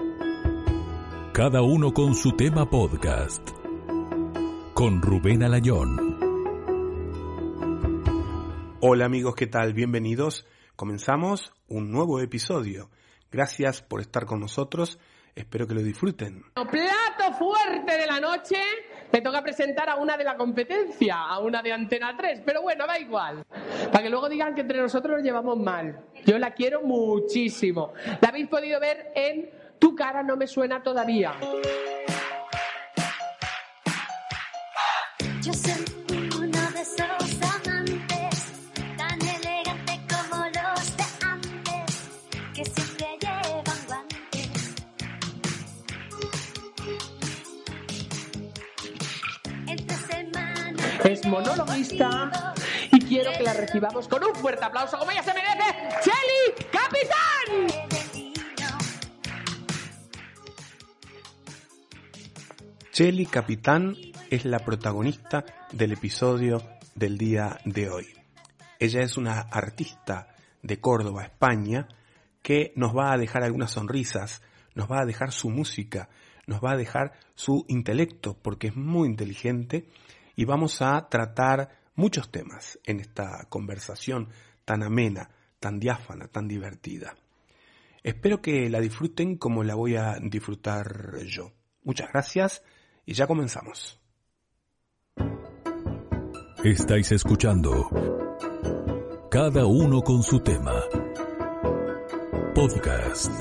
Cada uno con su tema podcast. Con Rubén Alayón. Hola amigos, ¿qué tal? Bienvenidos. Comenzamos un nuevo episodio. Gracias por estar con nosotros. Espero que lo disfruten. Plato fuerte de la noche. Me toca presentar a una de la competencia, a una de Antena 3. Pero bueno, da igual. Para que luego digan que entre nosotros nos llevamos mal. Yo la quiero muchísimo. La habéis podido ver en Tu cara no me suena todavía. Yo soy uno de esos amantes tan elegante como los de antes, que siempre llevan guantes. Entre semana Es monologuista y quiero que la recibamos con un fuerte aplauso, como ella se merece, Chely Capitán. Chely Capitán es la protagonista del episodio del día de hoy. Ella es una artista de Córdoba, España, que nos va a dejar algunas sonrisas, nos va a dejar su música, nos va a dejar su intelecto, porque es muy inteligente, y vamos a tratar muchos temas en esta conversación tan amena, tan diáfana, tan divertida. Espero que la disfruten como la voy a disfrutar yo. Muchas gracias y ya comenzamos. Estáis escuchando Cada uno con su tema podcast.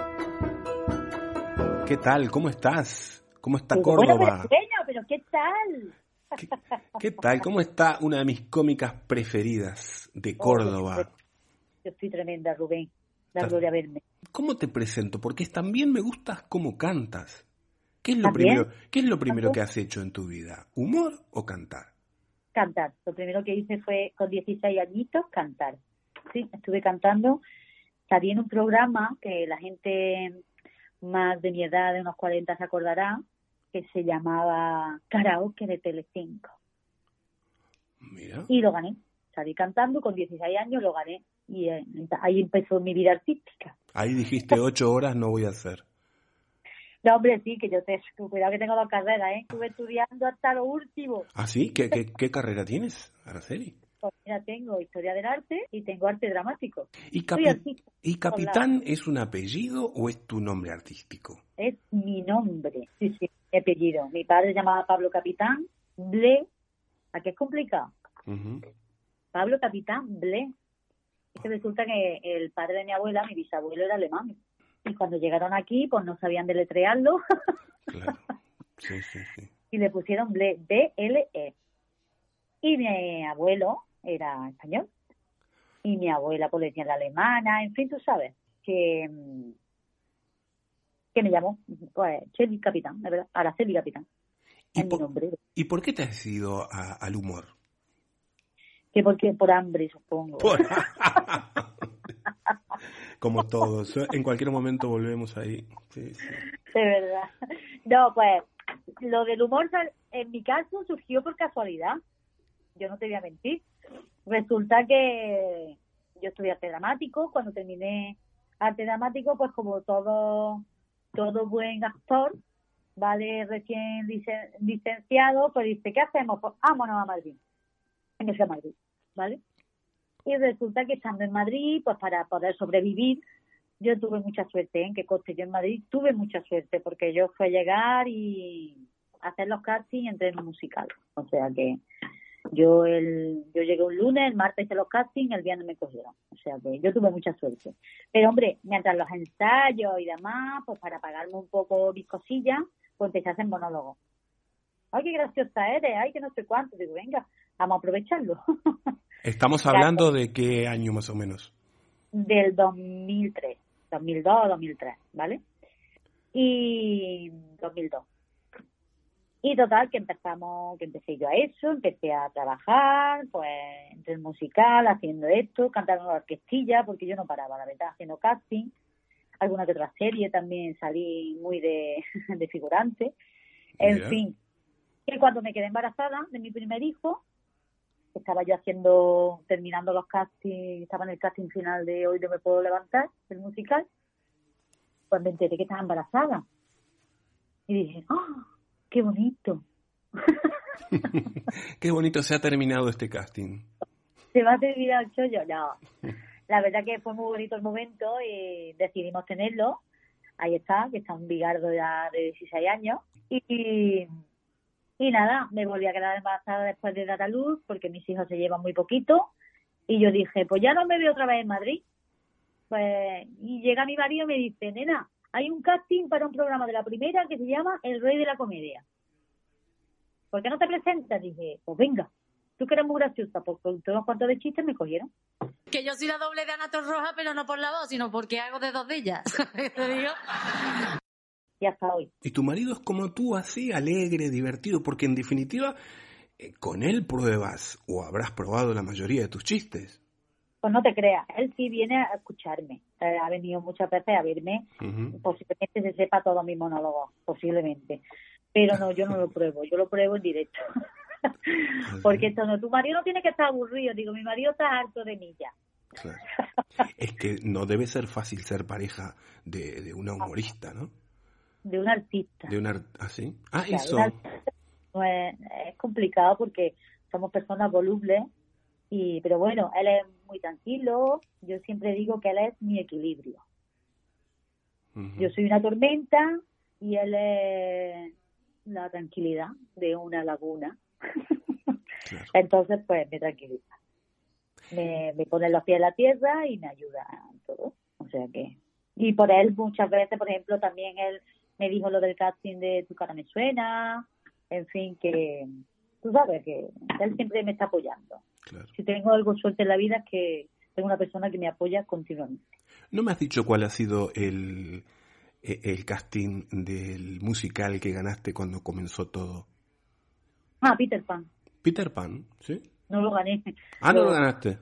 ¿Qué tal? ¿Cómo estás? ¿Cómo está Bueno, Córdoba? pero ¿qué tal? ¿Qué tal? ¿Cómo está una de mis cómicas preferidas de Córdoba? Yo estoy tremenda, Rubén. La gloria a verme. ¿Cómo te presento? Porque también me gustas cómo cantas. ¿Qué es lo ¿También? primero que has hecho en tu vida? ¿Humor o cantar? Cantar. Lo primero que hice fue, con 16 añitos, cantar. Sí, estuve cantando. Salí en un programa que la gente más de mi edad, de unos 40, se acordará, que se llamaba Karaoke de Telecinco. Mira. Y lo gané. Salí cantando, con 16 años lo gané. Y ahí empezó mi vida artística. Ahí dijiste 8 horas no voy a hacer. No, hombre, sí, que yo cuidado que tengo 2 carreras, ¿eh? Estuve estudiando hasta lo último. ¿Ah, sí? ¿Qué carrera tienes, Araceli? Pues mira, tengo historia del arte y tengo arte dramático. ¿Y, Soy artista. ¿Y Capitán es un apellido o es tu nombre artístico? Es mi nombre, sí, mi apellido. Mi padre se llamaba Pablo Capitán Ble. ¿A qué es complicado? Uh-huh. Pablo Capitán Ble. Es que resulta que el padre de mi abuela, mi bisabuelo, era alemán. Y cuando llegaron aquí, pues no sabían deletrearlo. Claro. Sí. Y le pusieron Ble, B-L-E. Y mi abuelo era español. Y mi abuela, pues le decían la alemana. En fin, tú sabes que me llamó, pues, Chely Capitán, de verdad. Araceli Capitán. Es mi nombre. ¿Y por qué te has ido al humor? Que porque por hambre, supongo. Como todos, en cualquier momento volvemos ahí. Sí. De verdad. No, pues, lo del humor, en mi caso, surgió por casualidad. Yo no te voy a mentir. Resulta que yo estudié arte dramático. Cuando terminé arte dramático, pues como todo buen actor, vale, recién licenciado, pues dice, ¿qué hacemos? Pues vámonos a Madrid. Y me fui a Madrid, ¿vale? Y resulta que estando en Madrid, pues para poder sobrevivir, yo tuve mucha suerte, ¿eh? Que conste, yo en Madrid tuve mucha suerte, porque yo fui a llegar y hacer los castings y entré en un musical. O sea que yo llegué un lunes, el martes hice los castings, el viernes me cogieron. O sea que yo tuve mucha suerte. Pero hombre, mientras los ensayos y demás, pues para pagarme un poco mis cosillas, pues empecé a hacer monólogos. Ay, qué graciosa eres, ay, que no sé cuánto. Digo, venga, vamos a aprovecharlo. Estamos hablando de qué año más o menos. Del 2003, 2002, 2003, ¿vale? Y 2002. Y total, que empecé yo a eso, empecé a trabajar, pues, entre el musical, haciendo esto, cantando en la orquestilla, porque yo no paraba, la verdad, haciendo casting. Alguna que otra serie también salí muy de figurante. En Mira. fin, que cuando me quedé embarazada de mi primer hijo, estaba yo terminando los castings, estaba en el casting final de Hoy no me puedo levantar, del musical, Pues me enteré que estaba embarazada. Y dije, ¡oh, qué bonito! Qué bonito se ha terminado este casting. ¿Se va a terminar el chollo? No. La verdad que fue muy bonito el momento y decidimos tenerlo. Ahí está, que está un bigardo ya de 16 años. Y nada, me volví a quedar embarazada después de dar a luz porque mis hijos se llevan muy poquito. Y yo dije, pues ya no me veo otra vez en Madrid. Pues, y llega mi marido y me dice, nena, hay un casting para un programa de La Primera que se llama El Rey de la Comedia. ¿Por qué no te presentas? Dije, pues venga, tú que eres muy graciosa, porque con todos cuantos de chistes me cogieron. Que yo soy la doble de Ana Torroja, pero no por la voz, sino porque hago de dos de ellas. ¿Te digo? Y hasta hoy. ¿Y tu marido es como tú, así, alegre, divertido? Porque en definitiva, con él pruebas, o habrás probado la mayoría de tus chistes. Pues no te creas, él sí viene a escucharme. Ha venido muchas veces a verme. Uh-huh. Posiblemente se sepa todos mis monólogos, posiblemente. Pero no, yo no lo pruebo, yo lo pruebo en directo. Porque esto no, tu marido no tiene que estar aburrido. Digo, mi marido está harto de mí ya. Claro. Es que no debe ser fácil ser pareja de una humorista, ¿no? De un artista. De una ¿así? Ah, Claro, eso. un artista no es complicado porque somos personas volubles. Pero bueno, él es muy tranquilo. Yo siempre digo que él es mi equilibrio. Uh-huh. Yo soy una tormenta y él es la tranquilidad de una laguna. Claro. Entonces, pues me tranquiliza. Me pone los pies en la tierra y me ayuda en todo. O sea que... Y por él muchas veces, por ejemplo, también él me dijo lo del casting de Tu cara me suena. En fin, que tú sabes que él siempre me está apoyando. Claro. Si tengo algo suerte en la vida es que tengo una persona que me apoya continuamente. ¿No me has dicho cuál ha sido el casting del musical que ganaste cuando comenzó todo? Ah, Peter Pan. Peter Pan, ¿sí? No lo gané. Ah, no lo ganaste.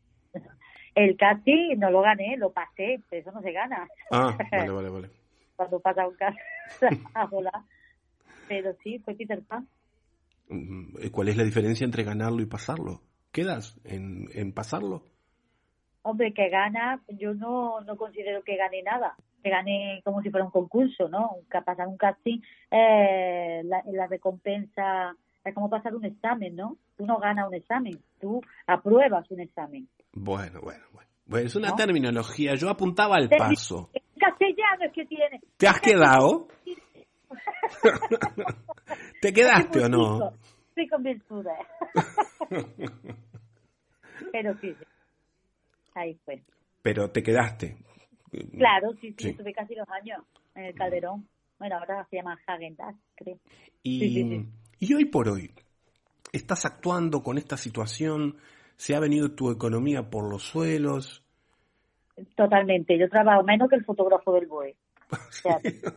El casting no lo gané, lo pasé, pero eso no se gana. Ah, vale. Cuando pasa un casting a volar. Pero sí, fue Peter Pan. ¿Cuál es la diferencia entre ganarlo y pasarlo? ¿Quedas en pasarlo? Hombre, que gana, yo no considero que gane nada. Que gane como si fuera un concurso, ¿no? Pasar un casting, la recompensa es como pasar un examen, ¿no? Tú no ganas un examen, tú apruebas un examen. Bueno, es una ¿No? terminología. Yo apuntaba al paso. En castellano es que tiene. ¿Te has quedado? ¿Te quedaste o no? Estoy con virtudes. Pero sí. Ahí fue. Pero te quedaste. Claro, sí, Sí. estuve casi 2 años en el Calderón. Bueno, ahora se llama Häagen-Dazs, creo. Y hoy por hoy, ¿estás actuando con esta situación? ¿Se ha venido tu economía por los suelos? Totalmente. Yo trabajo menos que el fotógrafo del BOE. O sea,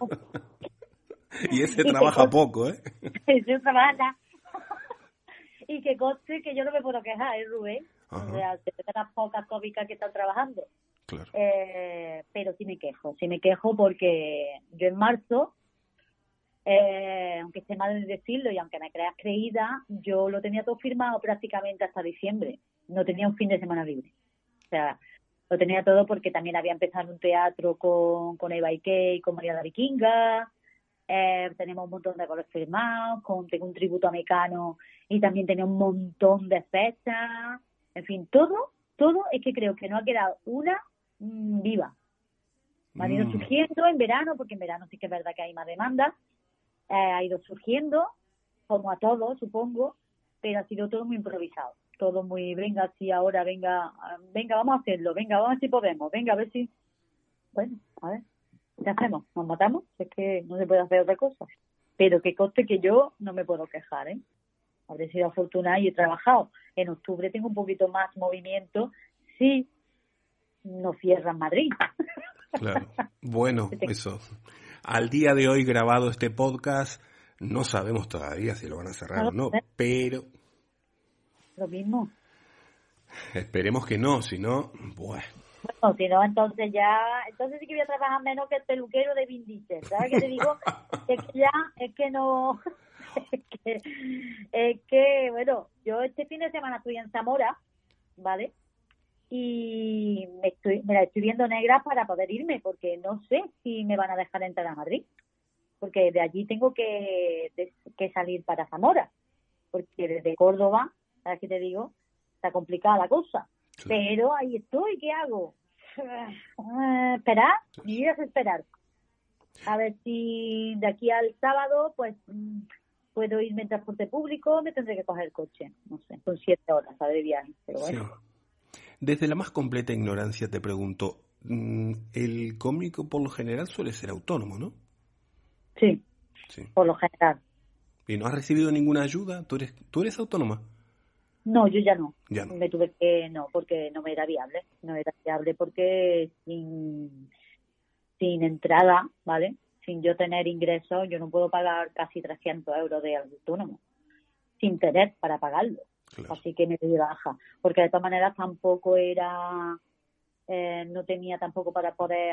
Y ese trabaja poco, ¿eh? yo trabajo. Y que conste que yo no me puedo quejar, Rubén. Ajá. O sea, de las pocas cómicas que están trabajando. Claro. Pero sí me quejo porque yo en marzo, aunque esté mal en decirlo y aunque me creas creída, yo lo tenía todo firmado prácticamente hasta diciembre. No tenía un fin de semana libre. O sea, lo tenía todo porque también había empezado un teatro con Eva Ike y con María la Vikinga. Tenemos un montón de goles firmados, tengo un tributo a Mecano y también tenía un montón de fechas. En fin, todo es que creo que no ha quedado una viva. Han ido surgiendo en verano, porque en verano sí que es verdad que hay más demanda. Ha ido surgiendo, como a todos, supongo, pero ha sido todo muy improvisado. Todo muy, venga, sí, ahora, venga, vamos a hacerlo, venga, vamos a ver si podemos, venga, a ver si... Bueno, a ver, ¿qué hacemos? ¿Nos matamos? Es que no se puede hacer otra cosa. Pero que conste que yo no me puedo quejar, ¿eh? Habré sido afortunada y he trabajado. En octubre tengo un poquito más movimiento si no cierran Madrid. Claro. Bueno, eso. Al día de hoy grabado este podcast, no sabemos todavía si lo van a cerrar o no, pero Lo mismo. esperemos que no, si no, bueno. Bueno, si no, entonces sí que voy a trabajar menos que el peluquero de Vin Diesel, ¿sabes qué te digo? Es que, bueno, yo este fin de semana estoy en Zamora, ¿vale? y me la estoy viendo negra para poder irme, porque no sé si me van a dejar entrar a Madrid, porque de allí tengo que salir para Zamora, porque desde Córdoba, ¿sabes qué te digo? Está complicada la cosa, Sí. pero ahí estoy, ¿qué hago? Esperar, mi vida es esperar. A ver si de aquí al sábado, pues puedo irme en transporte público, me tendré que coger el coche, no sé, son 7 horas, ¿sabes? De viaje, pero bueno. Sí. Desde la más completa ignorancia te pregunto, el cómico por lo general suele ser autónomo, ¿no? Sí, Sí. por lo general. ¿Y no has recibido ninguna ayuda? ¿Tú eres autónoma? No, yo ya no. Ya no. Me tuve que, no, porque no me era viable. No era viable porque sin entrada, ¿vale? Sin yo tener ingresos, yo no puedo pagar casi 300 euros de autónomo. Sin tener para pagarlo. Claro. Así que me di de baja. Porque de todas maneras tampoco era, no tenía tampoco para poder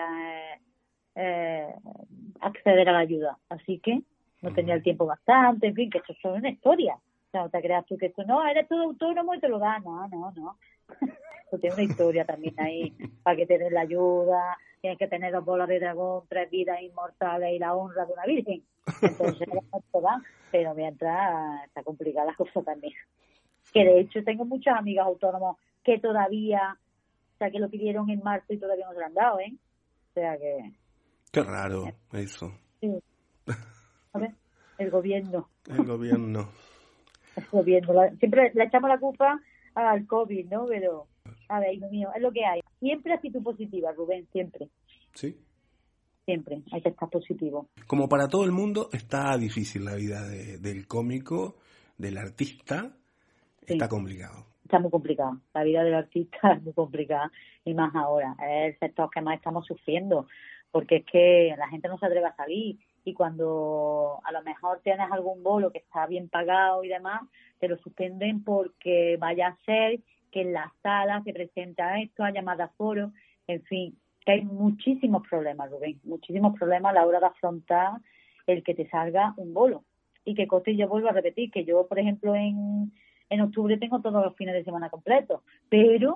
acceder a la ayuda. Así que no tenía el tiempo bastante, en fin, que esto es una historia. O sea, no te creas tú que esto, no, eres todo autónomo y te lo da. No. Esto tiene una historia también ahí, para que te den la ayuda, tienes que tener 2 bolas de dragón, 3 vidas inmortales y la honra de una virgen. Entonces, esto da, pero mientras está complicada la cosa también. Que de hecho tengo muchas amigas autónomos que todavía, o sea, que lo pidieron en marzo y todavía no se lo han dado, ¿eh? O sea que... Qué raro eso. Sí. A ver, el gobierno. El gobierno. El gobierno. Siempre le echamos la culpa al COVID, ¿no? Pero, a ver, hijo mío, es lo que hay. Siempre actitud positiva, Rubén, siempre. Sí. Siempre hay que estar positivo. Como para todo el mundo, está difícil la vida del cómico, del artista. Sí. Está complicado. Está muy complicada. La vida del artista es muy complicada. Y más ahora. Es el sector que más estamos sufriendo. Porque es que la gente no se atreve a salir. Y cuando a lo mejor tienes algún bolo que está bien pagado y demás, te lo suspenden porque vaya a ser que en las salas se presenta esto, haya más de aforo. En fin, que hay muchísimos problemas, Rubén. Muchísimos problemas a la hora de afrontar el que te salga un bolo. Y que coste, yo vuelvo a repetir, que yo, por ejemplo, en octubre tengo todos los fines de semana completos, pero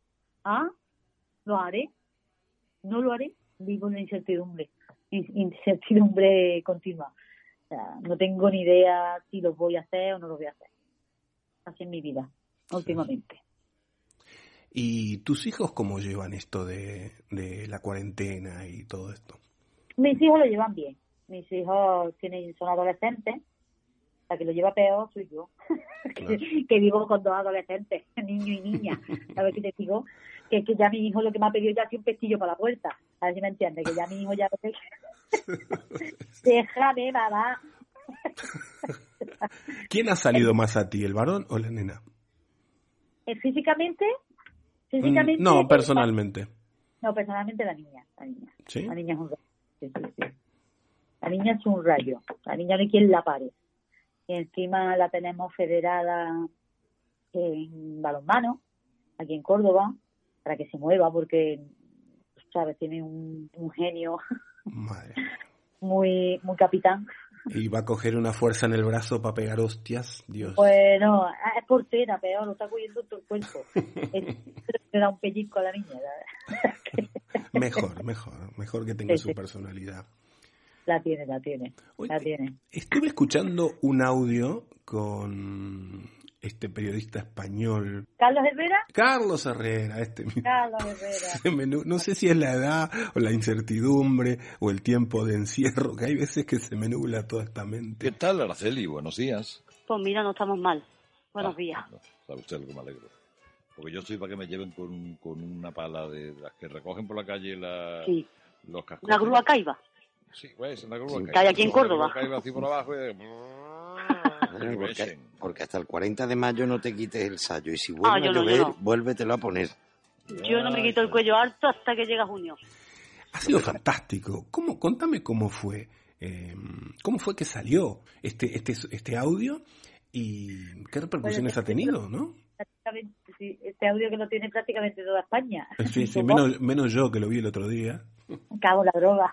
lo haré, no lo haré, vivo en la incertidumbre continua. O sea, no tengo ni idea si lo voy a hacer o no lo voy a hacer. Así en mi vida, últimamente. ¿Y tus hijos cómo llevan esto de la cuarentena y todo esto? Mis hijos lo llevan bien. Mis hijos son adolescentes. La que lo lleva peor soy yo, Claro. que vivo con 2 adolescentes, niño y niña. A ver qué te digo, que ya mi hijo lo que me ha pedido ya es un pestillo para la puerta. A ver si me entiendes, que ya mi hijo ya... Déjame, mamá. ¿Quién ha salido más a ti, el varón o la nena? Físicamente, No, personalmente. No, personalmente la niña. ¿Sí? La niña es un rayo. Sí. La niña es un rayo. La niña no hay quien la pare. Y encima la tenemos federada en balonmano, aquí en Córdoba, para que se mueva, porque, ¿sabes? Tiene un genio Madre. muy capitán. Y va a coger una fuerza en el brazo para pegar hostias, Dios. Bueno, es portera, peor, lo está cogiendo todo el cuerpo. Le da un pellizco a la niña. Mejor que tenga Sí, su sí. personalidad. La tiene. Oye, La tiene. Estuve escuchando un audio con este periodista español, Carlos Herrera. Carlos Herrera, Carlos Herrera. No sé si es la edad o la incertidumbre o el tiempo de encierro, que hay veces que se me nubla toda esta mente. ¿Qué tal, Araceli? Buenos días. Pues mira, no estamos mal. Buenos días. No, sabe usted lo que me alegro. Porque yo estoy para que me lleven con una pala de las que recogen por la calle Sí. los cascos. Una grúa caiba. Sí, pues, una grúa Que hay aquí en Córdoba. Una grúa caiba así por abajo y... Porque hasta el 40 de mayo no te quites el sayo. Y si vuelve yo a no, llover, yo no. vuélvetelo a poner. Yo no me quito el cuello alto hasta que llega junio. Ha sido fantástico. Contame cómo fue que salió este audio y qué repercusiones ha tenido, ¿no? Sí, este audio que lo tiene prácticamente toda España. Sí, menos yo que lo vi el otro día. Cago en la droga.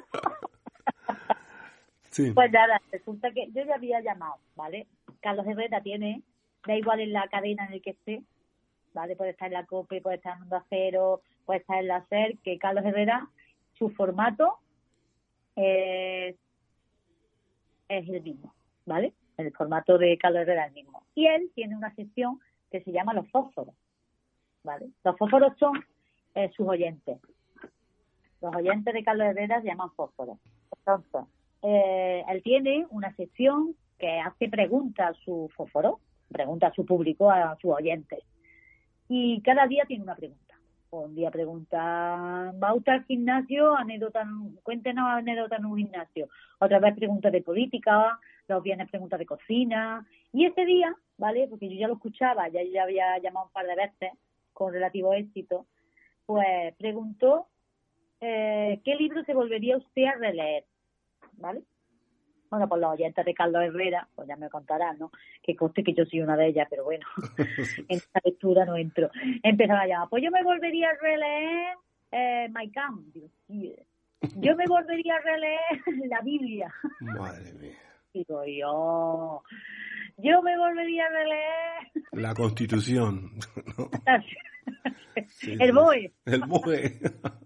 Sí. Pues nada, resulta que yo ya había llamado, ¿vale? Carlos Herrera tiene, da igual en la cadena en el que esté, ¿vale? Puede estar en la COPE, puede estar en Onda Cero, puede estar en la SER, que Carlos Herrera, su formato es el mismo, ¿vale? El formato de Carlos Herrera es el mismo. Y él tiene una sección que se llama Los Fósforos, ¿vale? Los fósforos son sus oyentes. Los oyentes de Carlos Herrera se llaman fósforos. Entonces, él tiene una sección que hace preguntas a su fósforo, pregunta a su público, a sus oyentes. Y cada día tiene una pregunta. Un día pregunta, ¿va usted al gimnasio? Cuéntenos anécdotas en un gimnasio. Otra vez preguntas de política, los viernes preguntas de cocina. Y ese día, ¿vale? Porque yo ya lo escuchaba, ya había llamado un par de veces con relativo éxito, pues preguntó ¿qué libro se volvería usted a releer? ¿Vale? Bueno, pues los oyentes de Carlos Herrera, pues ya me contarán, ¿no? Que conste que yo soy una de ellas, pero bueno, en esta lectura no entro. Empezaron a llamar, pues yo me volvería a releer My Camp. Digo, sí. Yo me volvería a releer la Biblia. Madre mía. Digo, yo me volvería a releer la Constitución. ¿No? Sí, el BOE. El BOE.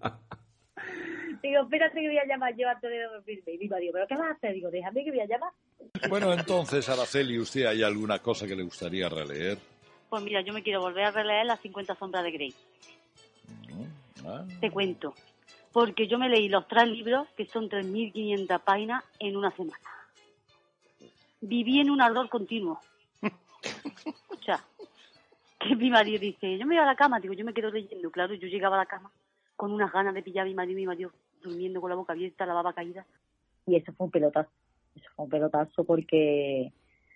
Digo, espérate que voy a llamar yo antes de dormirme. Y digo, ¿pero qué vas a hacer? Digo, déjame que voy a llamar. Bueno, entonces, Araceli, ¿usted hay alguna cosa que le gustaría releer? Pues mira, yo me quiero volver a releer Las 50 sombras de Grey. Te cuento. Porque yo me leí los 3 libros, que son 3.500 páginas, en una semana. Viví en un ardor continuo. O sea, que mi marido dice, yo me voy a la cama. Digo, yo me quedo leyendo. Claro, yo llegaba a la cama con unas ganas de pillar a mi marido durmiendo con la boca abierta, la baba caída. Y eso fue un pelotazo. Eso fue un pelotazo porque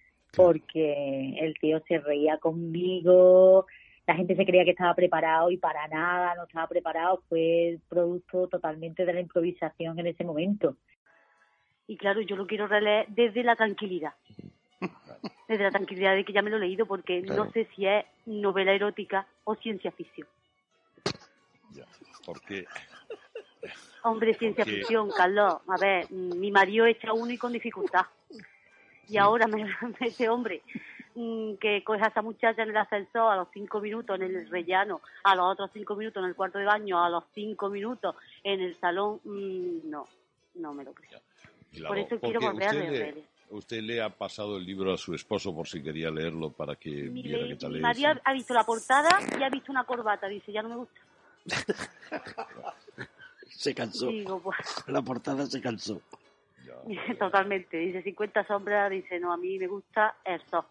el tío se reía conmigo, la gente se creía que estaba preparado y para nada no estaba preparado. Fue producto totalmente de la improvisación en ese momento. Y claro, yo lo quiero releer desde la tranquilidad. Desde la tranquilidad de que ya me lo he leído, porque claro, no sé si es novela erótica o ciencia ficción. Ya, porque... Hombre, ciencia ficción, Carlos. A ver, mi marido echa uno y con dificultad. Y ahora ese hombre que coge a esa muchacha en el ascensor a los 5 minutos en el rellano, a los otros 5 minutos en el cuarto de baño, a los 5 minutos en el salón, no me lo creo. Claro, por eso quiero volver a leer. ¿Usted le ha pasado el libro a su esposo por si quería leerlo para que viera qué tal es? Mi marido ha visto la portada y ha visto una corbata. Dice, ya no me gusta. Se cansó. Digo, pues... La portada se cansó. Totalmente. Dice 50 sombras. Dice, no, a mí me gusta el soft.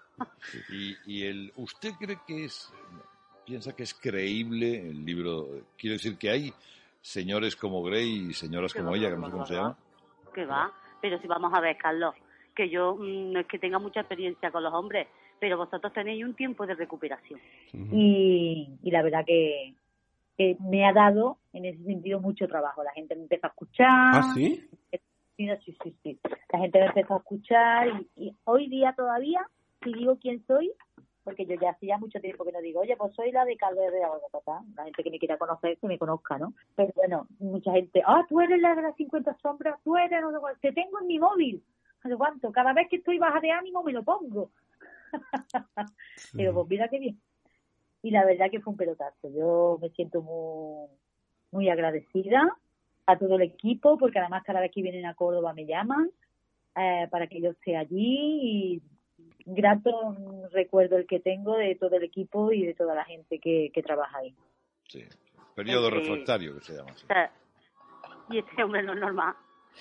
¿Usted cree que piensa que es creíble el libro? Quiero decir que hay señores como Grey y señoras como ella, que no sé cómo se llama. Que va, pero si vamos a ver, Carlos, que yo no es que tenga mucha experiencia con los hombres, pero vosotros tenéis un tiempo de recuperación. Y la verdad que me ha dado en ese sentido mucho trabajo. La gente me empezó a escuchar. ¿Ah, sí? Sí. La gente me empezó a escuchar y hoy día todavía, si digo quién soy, porque yo ya hacía mucho tiempo que no digo, oye, pues soy la de Carlos Herrera, la gente que me quiera conocer, que me conozca, ¿no? Pero bueno, mucha gente, tú eres la de las 50 sombras, tú eres, no sé cuánto, te tengo en mi móvil, no sé cuánto, cada vez que estoy baja de ánimo me lo pongo. Digo, pues mira qué bien. Y la verdad que fue un pelotazo. Yo me siento muy, muy agradecida a todo el equipo, porque además cada vez que vienen a Córdoba me llaman para que yo esté allí, y grato recuerdo el que tengo de todo el equipo y de toda la gente que trabaja ahí. Sí, periodo refractario que se llama. Sí. Y este hombre no es normal.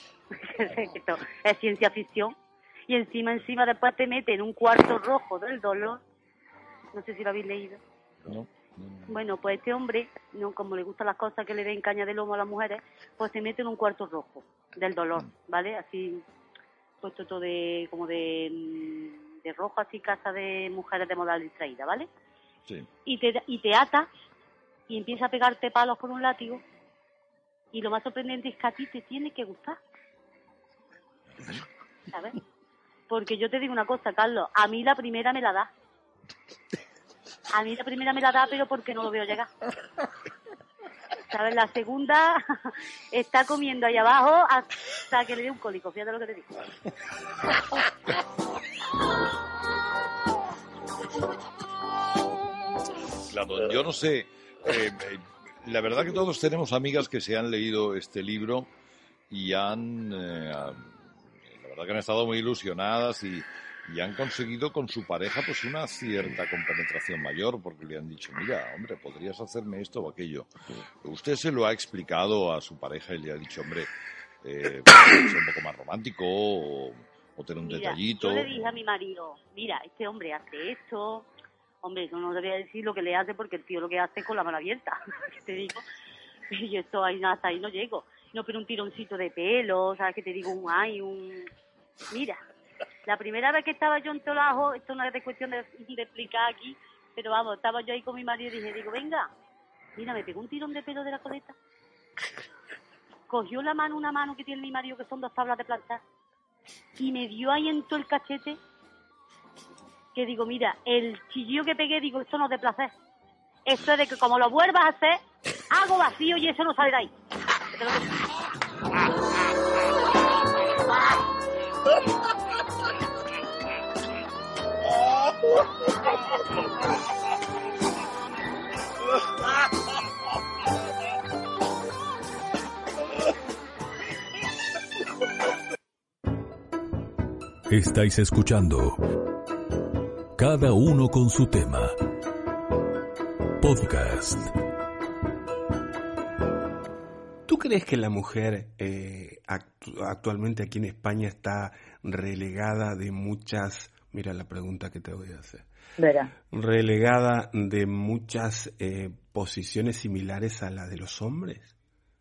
Es ciencia ficción. Y encima después te mete en un cuarto rojo del dolor. No sé si lo habéis leído. No. Bueno, pues este hombre, no, como le gustan las cosas que le den caña de lomo a las mujeres, pues se mete en un cuarto rojo del dolor, ¿vale? Así, puesto todo como de rojo, así, casa de mujeres de moda distraída, ¿vale? Sí. Y te ata y empieza a pegarte palos con un látigo, y lo más sorprendente es que a ti te tiene que gustar, ¿sabes? Porque yo te digo una cosa, Carlos, a mí la primera me la da. A mí la primera me la da, pero porque no lo veo llegar. ¿Sabes? La segunda está comiendo ahí abajo hasta que le dé un cólico. Fíjate lo que te digo. Claro, yo no sé. La verdad que todos tenemos amigas que se han leído este libro y la verdad que han estado muy ilusionadas y han conseguido con su pareja pues una cierta compenetración mayor, porque le han dicho, mira, hombre, podrías hacerme esto o aquello. ¿Usted se lo ha explicado a su pareja y le ha dicho, hombre, ser un poco más romántico o tener un detallito? Yo le dije a mi marido, mira, este hombre hace esto, hombre, no te voy a decir lo que le hace porque el tío lo que hace es con la mano abierta, ¿qué te digo? Y yo hasta ahí no llego. No, pero un tironcito de pelo, ¿sabes qué te digo? Mira, la primera vez que estaba yo en Tolajo, esto no es de cuestión de explicar aquí, pero vamos, estaba yo ahí con mi marido y digo, venga, mira, me pegó un tirón de pelo de la coleta. Cogió una mano que tiene mi marido, que son 2 tablas de planchar, y me dio ahí en todo el cachete, que digo, mira, el chillillo que pegué, digo, esto no es de placer. Esto es de que como lo vuelvas a hacer, hago vacío y eso no sale de ahí. Estáis escuchando Cada uno con su tema. Podcast. ¿Tú crees que la mujer actualmente aquí en España está relegada de muchas... Mira la pregunta que te voy a hacer. Verá. ¿Relegada de muchas posiciones similares a las de los hombres?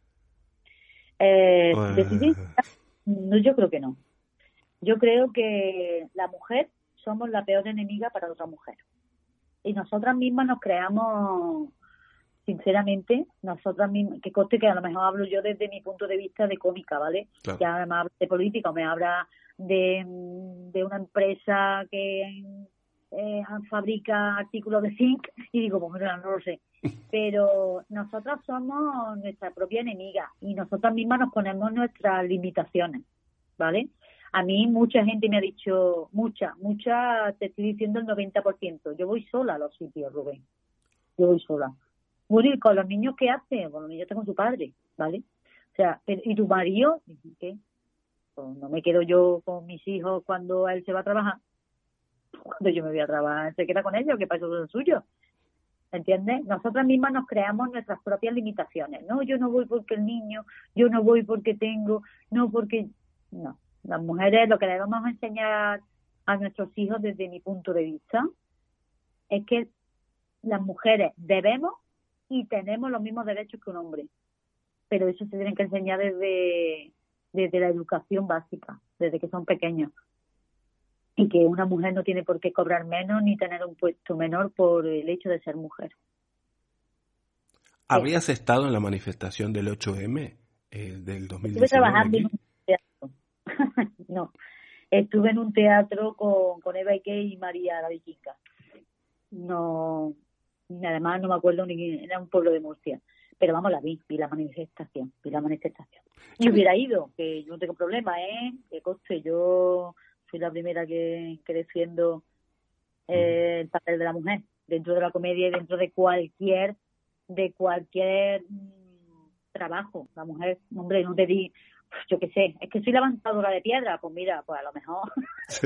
No, yo creo que no. Yo creo que la mujer somos la peor enemiga para otra mujer. Y nosotras mismas nos creamos, sinceramente, nosotras mismas, que coste que a lo mejor hablo yo desde mi punto de vista de cómica, ¿vale? Claro. Que ahora me habla de política o me habla de una empresa que fabrica artículos de zinc y digo, pues mira, no lo sé. Pero nosotras somos nuestra propia enemiga y nosotras mismas nos ponemos nuestras limitaciones, ¿vale? A mí mucha gente me ha dicho, mucha, te estoy diciendo el 90%. Yo voy sola a los sitios, Rubén. Yo voy sola. Bueno, ¿y con los niños qué hace? Bueno, los niños están con su padre, ¿vale? O sea, ¿y tu marido? ¿Qué? Pues no me quedo yo con mis hijos cuando él se va a trabajar. Cuando yo me voy a trabajar, ¿se queda con ellos? ¿Qué pasa con el suyo? ¿Entiendes? Nosotras mismas nos creamos nuestras propias limitaciones. No, yo no voy porque el niño, yo no voy porque tengo, no porque... No. Las mujeres, lo que le vamos a enseñar a nuestros hijos desde mi punto de vista es que las mujeres debemos y tenemos los mismos derechos que un hombre. Pero eso se tiene que enseñar desde la educación básica, desde que son pequeños. Y que una mujer no tiene por qué cobrar menos ni tener un puesto menor por el hecho de ser mujer. ¿Habías estado en la manifestación del 8M del 2019? Estuve trabajando en un teatro. No, estuve en un teatro con Eva Ike y María la Vikinga. No, además no me acuerdo ni, era un pueblo de Murcia. Pero vamos, vi la manifestación. Y hubiera ido, que yo no tengo problema, que coste, yo soy la primera que defiendo el papel de la mujer dentro de la comedia y dentro de cualquier trabajo. La mujer, hombre, no te di, yo qué sé, es que soy levantadora de piedra, pues mira, pues a lo mejor sí.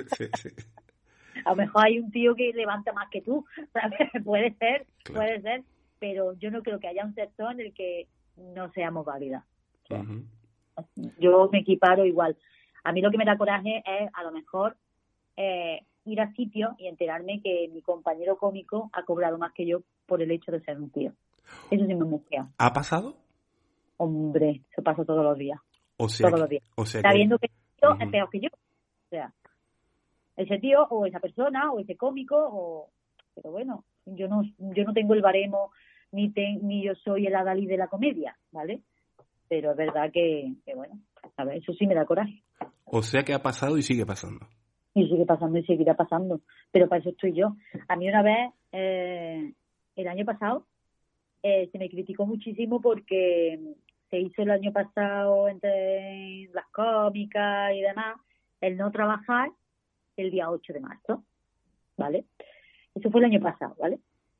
A lo mejor hay un tío que levanta más que tú, ¿sabes? Puede ser, pero yo no creo que haya un sector en el que no seamos válidas. O sea, yo me equiparo igual. A mí lo que me da coraje es, a lo mejor, ir a sitios y enterarme que mi compañero cómico ha cobrado más que yo por el hecho de ser un tío. Eso sí me mosquea. ¿Ha pasado? Hombre, eso pasa todos los días. Todos los días. Sabiendo que ese tío es peor que yo. O sea, ese tío o esa persona o ese cómico, pero bueno, yo no tengo el baremo ni yo soy el Adalí de la comedia, ¿vale? Pero es verdad que bueno, a ver, eso sí me da coraje. O sea que ha pasado y sigue pasando. Y sigue pasando y seguirá pasando. Pero para eso estoy yo. A mí una vez, el año pasado, se me criticó muchísimo porque se hizo el año pasado entre las cómicas y demás, el no trabajar el día 8 de marzo, ¿vale? Eso fue el año pasado, ¿vale?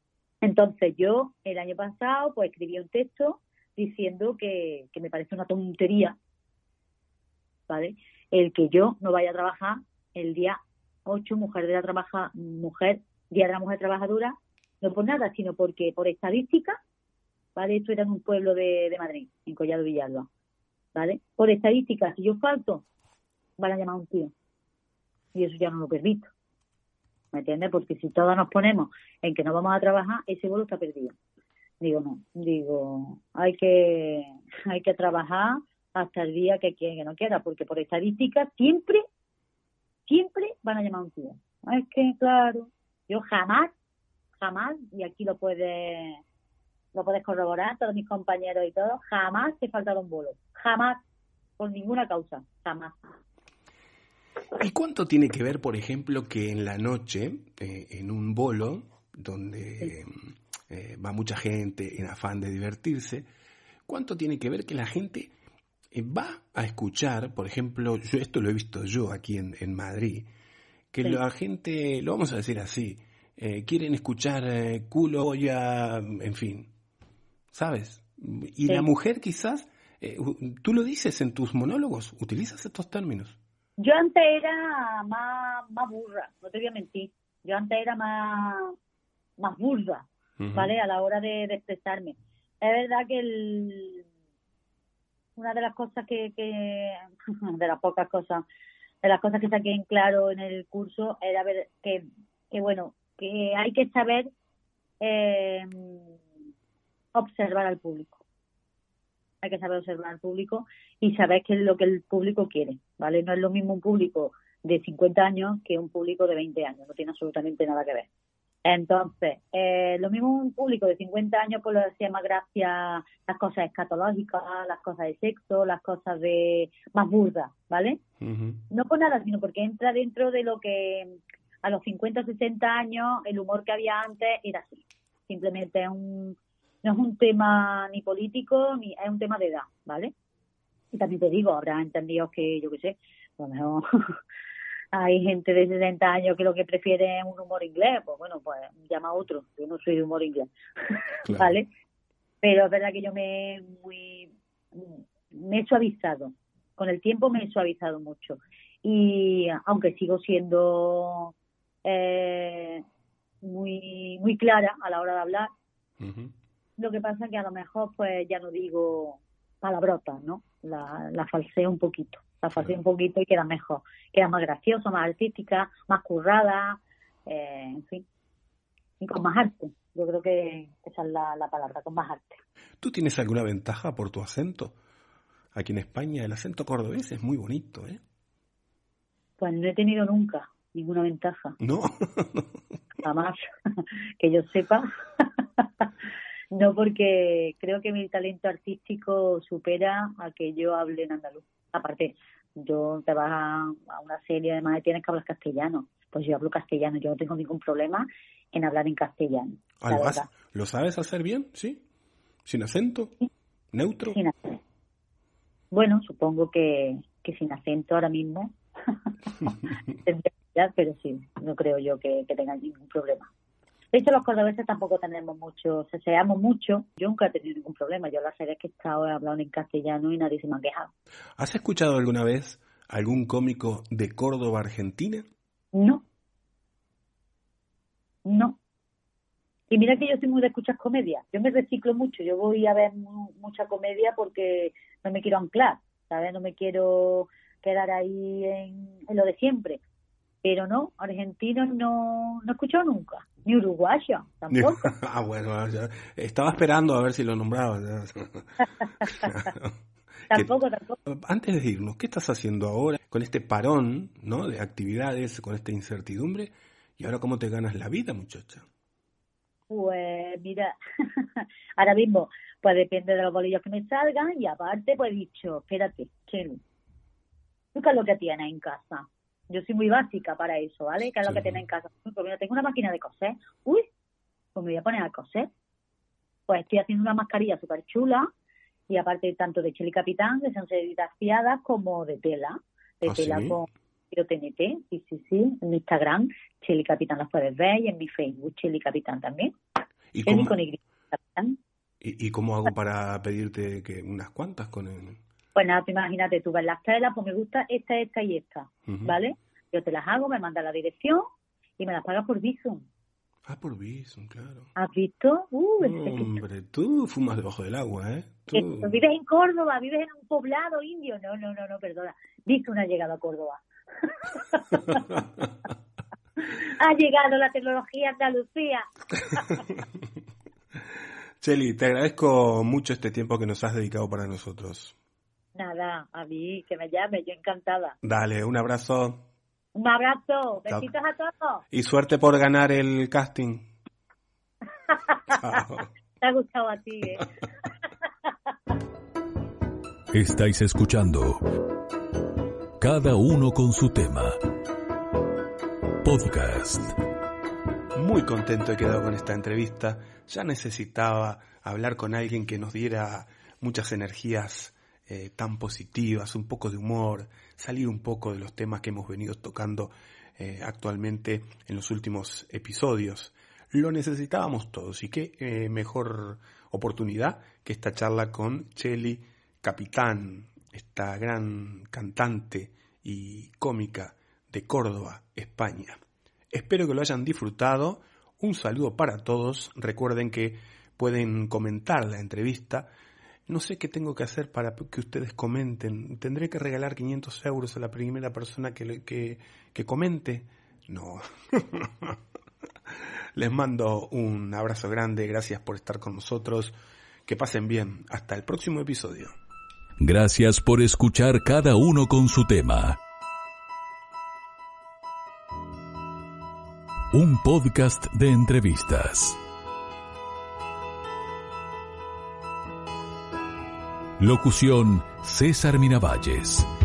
Entonces yo el año pasado pues escribí un texto diciendo que me parece una tontería, ¿vale? El que yo no vaya a trabajar el día 8, Día de la Mujer Trabajadora, no por nada, sino porque por estadística, ¿vale? Esto era en un pueblo de Madrid, en Collado Villalba, ¿vale? Por estadística, si yo falto, van a llamar a un tío. Y eso ya no lo permito. ¿Me entiendes? Porque si todos nos ponemos en que no vamos a trabajar, ese vuelo está perdido. Digo, no. Digo, hay que trabajar hasta el día que no quiera, porque por estadística siempre van a llamar a un tío. Es que, claro, yo jamás, y aquí lo puedes corroborar, todos mis compañeros y todo, jamás he faltado un vuelo. Jamás, por ninguna causa, jamás. ¿Y cuánto tiene que ver, por ejemplo, que en la noche, en un bolo, donde va mucha gente en afán de divertirse, cuánto tiene que ver que la gente va a escuchar, por ejemplo, esto lo he visto yo aquí en Madrid, que la gente, lo vamos a decir así, quieren escuchar culo, olla, en fin, ¿sabes? Y la mujer quizás, tú lo dices en tus monólogos, utilizas estos términos. Yo antes era más burra, no te voy a mentir. Yo antes era más burda, ¿vale? A la hora de expresarme. Es verdad que una de las cosas de las pocas cosas, de las cosas que saqué en claro en el curso era ver que hay que saber observar al público. Hay que saber observar al público y saber qué es lo que el público quiere, ¿vale? No es lo mismo un público de 50 años que un público de 20 años, no tiene absolutamente nada que ver. Entonces, lo mismo un público de 50 años pues le hacía más gracia las cosas escatológicas, las cosas de sexo, las cosas de más burdas, ¿vale? No por nada, sino porque entra dentro de lo que a los 50 o 60 años el humor que había antes era así. Simplemente no es un tema ni político, ni es un tema de edad, ¿vale? Y también te digo, habrá entendido que, yo qué sé, a lo mejor hay gente de 60 años que lo que prefiere es un humor inglés, pues bueno, pues llama a otro, yo no soy de humor inglés, claro. ¿Vale? Pero es verdad que yo me he suavizado, con el tiempo me he suavizado mucho, y aunque sigo siendo muy clara a la hora de hablar, lo que pasa es que a lo mejor pues ya no digo palabrotas, ¿no? La falseo un poquito. Un poquito y queda mejor, queda más gracioso, más artística, más currada, en fin, y con más arte. Yo creo que esa es la palabra, con más arte. ¿Tú tienes alguna ventaja por tu acento? Aquí en España el acento cordobés es muy bonito, ¿eh? Pues no he tenido nunca ninguna ventaja. ¿No? Jamás, que yo sepa. No, porque creo que mi talento artístico supera a que yo hable en andaluz. Aparte, te vas a una serie, además tienes que hablar castellano. Pues yo hablo castellano, yo no tengo ningún problema en hablar en castellano. ¿Lo sabes hacer bien? ¿Sí? ¿Sin acento? Sí. ¿Neutro? Sin acento. Bueno, supongo que sin acento ahora mismo tendría, pero sí, no creo yo que tenga ningún problema. De hecho, los cordobeses tampoco tenemos mucho, seamos mucho. Yo nunca he tenido ningún problema. Yo las series que he estado he hablado en castellano y nadie se me ha quejado. ¿Has escuchado alguna vez algún cómico de Córdoba, Argentina? No. Y mira que yo soy muy de escuchar comedia. Yo me reciclo mucho. Yo voy a ver mucha comedia porque no me quiero anclar, ¿sabes? No me quiero quedar ahí en lo de siempre. Pero no, argentinos no he escuchado nunca. Ni uruguayo, tampoco. Bueno, ya estaba esperando a ver si lo nombraba. Tampoco. Antes de irnos, ¿qué estás haciendo ahora con este parón, ¿no?, de actividades, con esta incertidumbre? ¿Y ahora cómo te ganas la vida, muchacha? Pues mira, ahora mismo pues depende de los bolillos que me salgan y aparte pues he dicho, espérate, Chelo, ¿tú qué es lo que tienes en casa? Yo soy muy básica para eso, ¿vale? ¿Qué es lo que tienes en casa? Pues mira, tengo una máquina de coser. Uy, pues me voy a poner a coser. Pues estoy haciendo una mascarilla súper chula y aparte tanto de Cheli Capitán, que son serigrafiadas, como de tela. De tela ¿sí? Con TNT, sí. En mi Instagram, Cheli Capitán las puedes ver y en mi Facebook, Cheli Capitán también. ¿Y Chely cómo, con Y, Capitán. y cómo hago para pedirte que unas cuantas con el...? Pues nada, tú imagínate, tú ves las telas, pues me gusta esta y esta, ¿vale? Yo te las hago, me mandas la dirección y me las pagas por Bizum. Ah, por Bizum, claro. ¿Has visto? Hombre, tú fumas debajo del agua, ¿eh? Tú... Vives en Córdoba, vives en un poblado indio. No, perdona. Bizum ha llegado a Córdoba. Ha llegado la tecnología Andalucía. Chely, te agradezco mucho este tiempo que nos has dedicado para nosotros. Nada, a mí, que me llame, yo encantada. Dale, un abrazo. Un abrazo, Chao. besitos a todos. Y suerte por ganar el casting. Chao. Te ha gustado a ti, ¿eh? Estáis escuchando Cada uno con su tema. Podcast. Muy contento he quedado con esta entrevista. Ya necesitaba hablar con alguien que nos diera muchas energías tan positivas, un poco de humor, salir un poco de los temas que hemos venido tocando actualmente en los últimos episodios. Lo necesitábamos todos y qué mejor oportunidad que esta charla con Chely Capitán, esta gran cantante y cómica de Córdoba, España. Espero que lo hayan disfrutado. Un saludo para todos. Recuerden que pueden comentar la entrevista. No sé qué tengo que hacer para que ustedes comenten. ¿Tendré que regalar 500 euros a la primera persona que comente? No. Les mando un abrazo grande. Gracias por estar con nosotros. Que pasen bien. Hasta el próximo episodio. Gracias por escuchar Cada uno con su tema. Un podcast de entrevistas. Locución: César Miravalles.